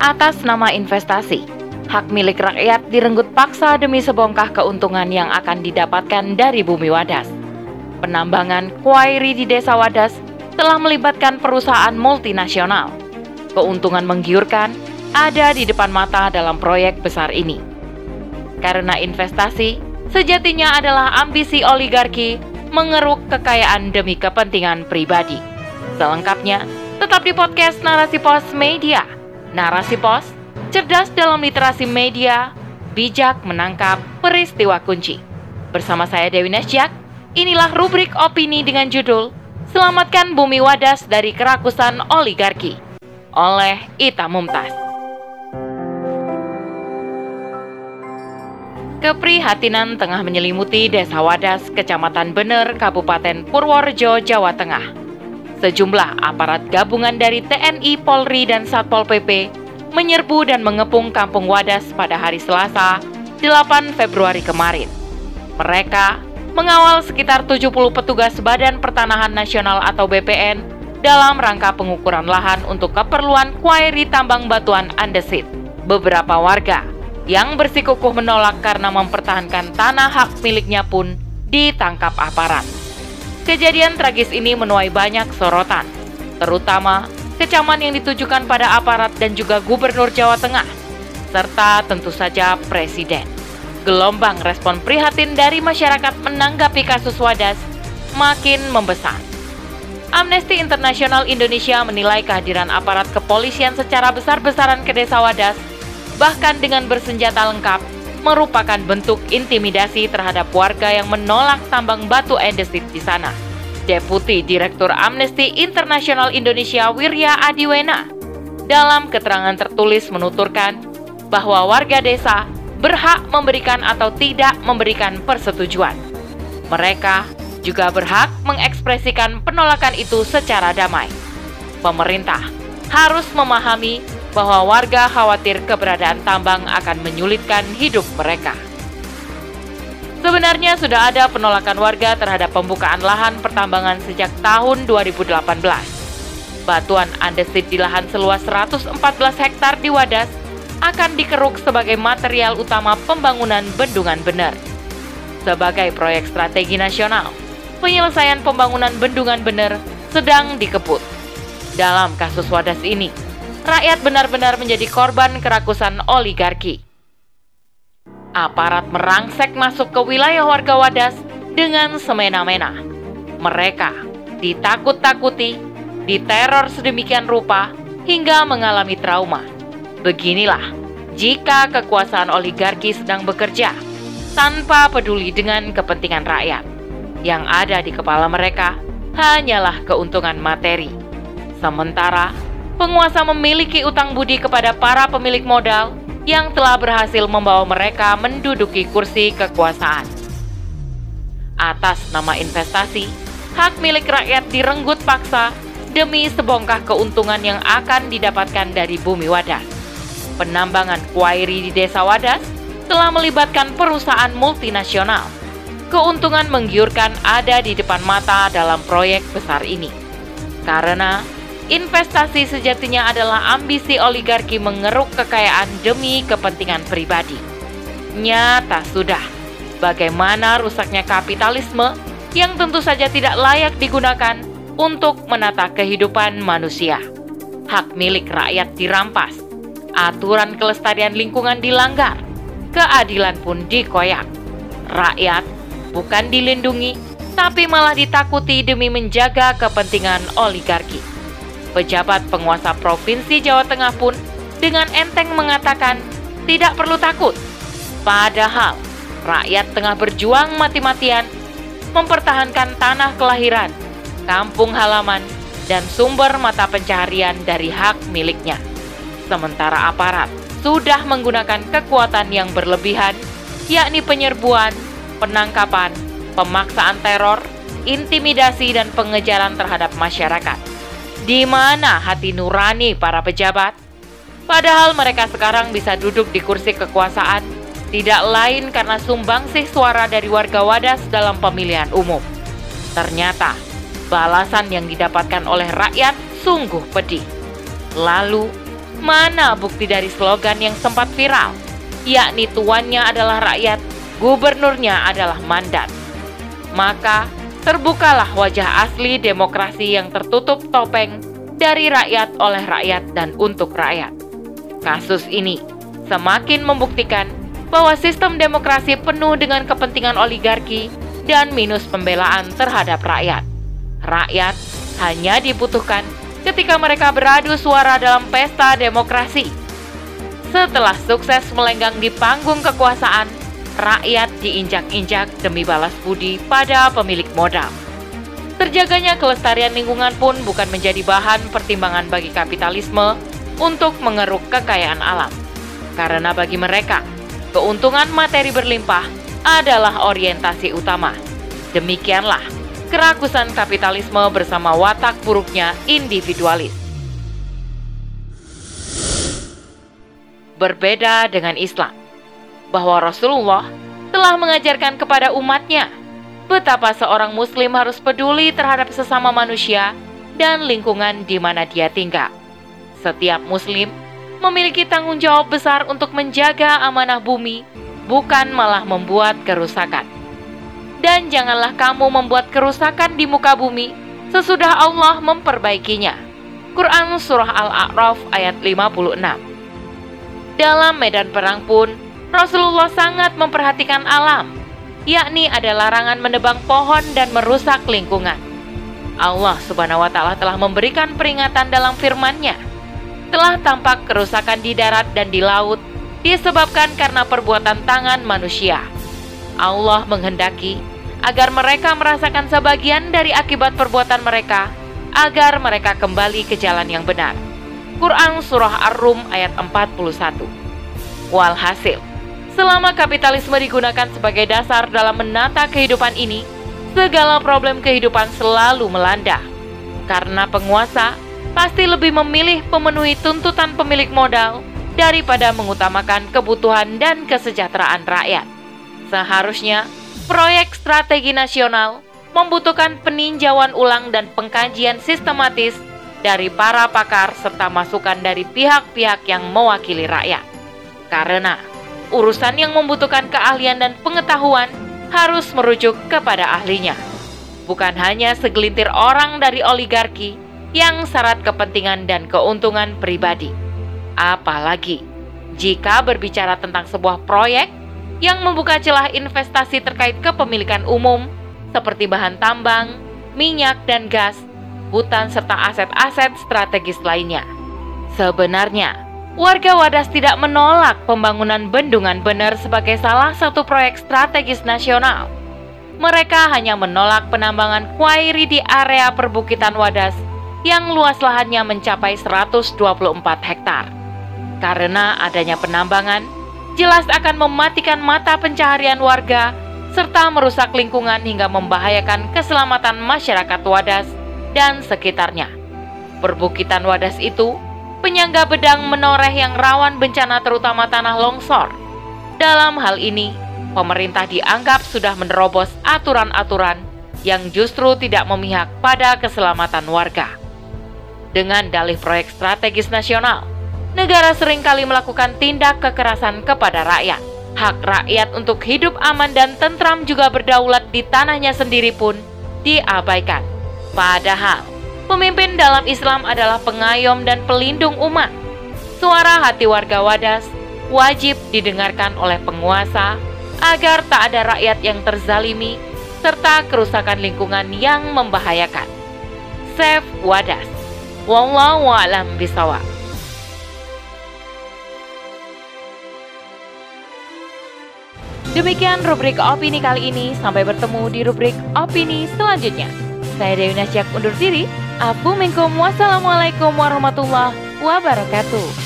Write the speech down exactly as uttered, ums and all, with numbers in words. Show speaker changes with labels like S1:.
S1: Atas nama investasi, hak milik rakyat direnggut paksa demi sebongkah keuntungan yang akan didapatkan dari bumi Wadas. Penambangan kuairi di Desa Wadas telah melibatkan perusahaan multinasional. Keuntungan menggiurkan ada di depan mata dalam proyek besar ini. Karena investasi sejatinya adalah ambisi oligarki mengeruk kekayaan demi kepentingan pribadi. Selengkapnya, tetap di podcast Narasi Pos Media. Narasi Pos, cerdas dalam literasi media, bijak menangkap peristiwa kunci. Bersama saya Dewi Nasjak, inilah rubrik opini dengan judul Selamatkan Bumi Wadas dari Kerakusan Oligarki oleh Ita Mumtaz. Keprihatinan tengah menyelimuti Desa Wadas, Kecamatan Bener, Kabupaten Purworejo, Jawa Tengah. Sejumlah aparat gabungan dari T N I, Polri, dan Satpol P P menyerbu dan mengepung Kampung Wadas pada hari Selasa, delapan Februari kemarin. Mereka mengawal sekitar tujuh puluh petugas Badan Pertanahan Nasional atau B P N dalam rangka pengukuran lahan untuk keperluan kuairi tambang batuan andesit. Beberapa warga yang bersikukuh menolak karena mempertahankan tanah hak miliknya pun ditangkap aparat. Kejadian tragis ini menuai banyak sorotan, terutama kecaman yang ditujukan pada aparat dan juga Gubernur Jawa Tengah, serta tentu saja Presiden. Gelombang respon prihatin dari masyarakat menanggapi kasus Wadas makin membesar. Amnesty International Indonesia menilai kehadiran aparat kepolisian secara besar-besaran ke Desa Wadas, bahkan dengan bersenjata lengkap, merupakan bentuk intimidasi terhadap warga yang menolak tambang batu andesit di sana. Deputi Direktur Amnesty International Indonesia Wirya Adiwena dalam keterangan tertulis menuturkan bahwa warga desa berhak memberikan atau tidak memberikan persetujuan. Mereka juga berhak mengekspresikan penolakan itu secara damai. Pemerintah harus memahami bahwa warga khawatir keberadaan tambang akan menyulitkan hidup mereka. Sebenarnya sudah ada penolakan warga terhadap pembukaan lahan pertambangan sejak tahun dua ribu delapan belas. Batuan andesit di lahan seluas seratus empat belas hektar di Wadas akan dikeruk sebagai material utama pembangunan Bendungan Bener. Sebagai proyek strategi nasional, penyelesaian pembangunan Bendungan Bener sedang dikebut. Dalam kasus Wadas ini, rakyat benar-benar menjadi korban kerakusan oligarki. Aparat merangsek masuk ke wilayah warga Wadas dengan semena-mena. Mereka ditakut-takuti, diteror sedemikian rupa hingga mengalami trauma. Beginilah jika kekuasaan oligarki sedang bekerja tanpa peduli dengan kepentingan rakyat. Yang ada di kepala mereka hanyalah keuntungan materi. Sementara penguasa memiliki utang budi kepada para pemilik modal yang telah berhasil membawa mereka menduduki kursi kekuasaan. Atas nama investasi, hak milik rakyat direnggut paksa demi sebongkah keuntungan yang akan didapatkan dari bumi Wadas. Penambangan kuairi di Desa Wadas telah melibatkan perusahaan multinasional. Keuntungan menggiurkan ada di depan mata dalam proyek besar ini. Karena investasi sejatinya adalah ambisi oligarki mengeruk kekayaan demi kepentingan pribadi. Nyata sudah bagaimana rusaknya kapitalisme yang tentu saja tidak layak digunakan untuk menata kehidupan manusia. Hak milik rakyat dirampas, aturan kelestarian lingkungan dilanggar, keadilan pun dikoyak. Rakyat bukan dilindungi, tapi malah ditakuti demi menjaga kepentingan oligarki. Pejabat penguasa Provinsi Jawa Tengah pun dengan enteng mengatakan tidak perlu takut. Padahal rakyat tengah berjuang mati-matian mempertahankan tanah kelahiran, kampung halaman, dan sumber mata pencaharian dari hak miliknya. Sementara aparat sudah menggunakan kekuatan yang berlebihan, yakni penyerbuan, penangkapan, pemaksaan teror, intimidasi, dan pengejaran terhadap masyarakat. Di mana hati nurani para pejabat? Padahal mereka sekarang bisa duduk di kursi kekuasaan tidak lain karena sumbangsih suara dari warga Wadas dalam pemilihan umum. Ternyata balasan yang didapatkan oleh rakyat sungguh pedih. Lalu, Mana bukti dari slogan yang sempat viral, yakni tuannya adalah rakyat, gubernurnya adalah mandat? Maka terbukalah wajah asli demokrasi yang tertutup topeng dari rakyat, oleh rakyat, dan untuk rakyat. Kasus ini semakin membuktikan bahwa sistem demokrasi penuh dengan kepentingan oligarki dan minus pembelaan terhadap rakyat. Rakyat hanya dibutuhkan ketika mereka beradu suara dalam pesta demokrasi. Setelah sukses melenggang di panggung kekuasaan, rakyat diinjak-injak demi balas budi pada pemilik modal. Terjaganya kelestarian lingkungan pun bukan menjadi bahan pertimbangan bagi kapitalisme untuk mengeruk kekayaan alam. Karena bagi mereka, keuntungan materi berlimpah adalah orientasi utama. Demikianlah kerakusan kapitalisme bersama watak buruknya individualis. Berbeda dengan Islam, bahwa Rasulullah telah mengajarkan kepada umatnya betapa seorang muslim harus peduli terhadap sesama manusia dan lingkungan di mana dia tinggal. Setiap muslim memiliki tanggung jawab besar untuk menjaga amanah bumi, bukan malah membuat kerusakan. Dan janganlah kamu membuat kerusakan di muka bumi sesudah Allah memperbaikinya. Quran Surah Al-A'raf ayat lima puluh enam. Dalam medan perang pun, Rasulullah sangat memperhatikan alam, yakni ada larangan menebang pohon dan merusak lingkungan. Allah Subhanahu wa Ta'ala telah memberikan peringatan dalam firman-Nya. Telah tampak kerusakan di darat dan di laut disebabkan karena perbuatan tangan manusia. Allah menghendaki agar mereka merasakan sebagian dari akibat perbuatan mereka, agar mereka kembali ke jalan yang benar. Quran Surah Ar-Rum ayat empat puluh satu. Walhasil, selama kapitalisme digunakan sebagai dasar dalam menata kehidupan ini, segala problem kehidupan selalu melanda. Karena penguasa pasti lebih memilih memenuhi tuntutan pemilik modal daripada mengutamakan kebutuhan dan kesejahteraan rakyat. Seharusnya proyek strategi nasional membutuhkan peninjauan ulang dan pengkajian sistematis dari para pakar serta masukan dari pihak-pihak yang mewakili rakyat. Karena urusan yang membutuhkan keahlian dan pengetahuan harus merujuk kepada ahlinya, bukan hanya segelintir orang dari oligarki yang syarat kepentingan dan keuntungan pribadi. Apalagi jika berbicara tentang sebuah proyek yang membuka celah investasi terkait kepemilikan umum seperti bahan tambang, minyak dan gas, hutan serta aset-aset strategis lainnya. Sebenarnya, warga Wadas tidak menolak pembangunan Bendungan Bener sebagai salah satu proyek strategis nasional. Mereka hanya menolak penambangan kuairi di area perbukitan Wadas yang luas lahannya mencapai seratus dua puluh empat hektar. Karena adanya penambangan jelas akan mematikan mata pencaharian warga serta merusak lingkungan hingga membahayakan keselamatan masyarakat Wadas dan sekitarnya. Perbukitan Wadas itu penyangga bedang menoreh yang rawan bencana terutama tanah longsor. Dalam hal ini, pemerintah dianggap sudah menerobos aturan-aturan yang justru tidak memihak pada keselamatan warga. Dengan dalih proyek strategis nasional, negara seringkali melakukan tindak kekerasan kepada rakyat. Hak rakyat untuk hidup aman dan tentram juga berdaulat di tanahnya sendiri pun diabaikan. Padahal, pemimpin dalam Islam adalah pengayom dan pelindung umat. Suara hati warga Wadas wajib didengarkan oleh penguasa agar tak ada rakyat yang terzalimi serta kerusakan lingkungan yang membahayakan. Save Wadas. Wallahu a'lam bishawab. Demikian rubrik opini kali ini. Sampai bertemu di rubrik opini selanjutnya. Saya Dewi Nasyak undur diri. Afu minkum. Wassalamualaikum warahmatullahi wabarakatuh.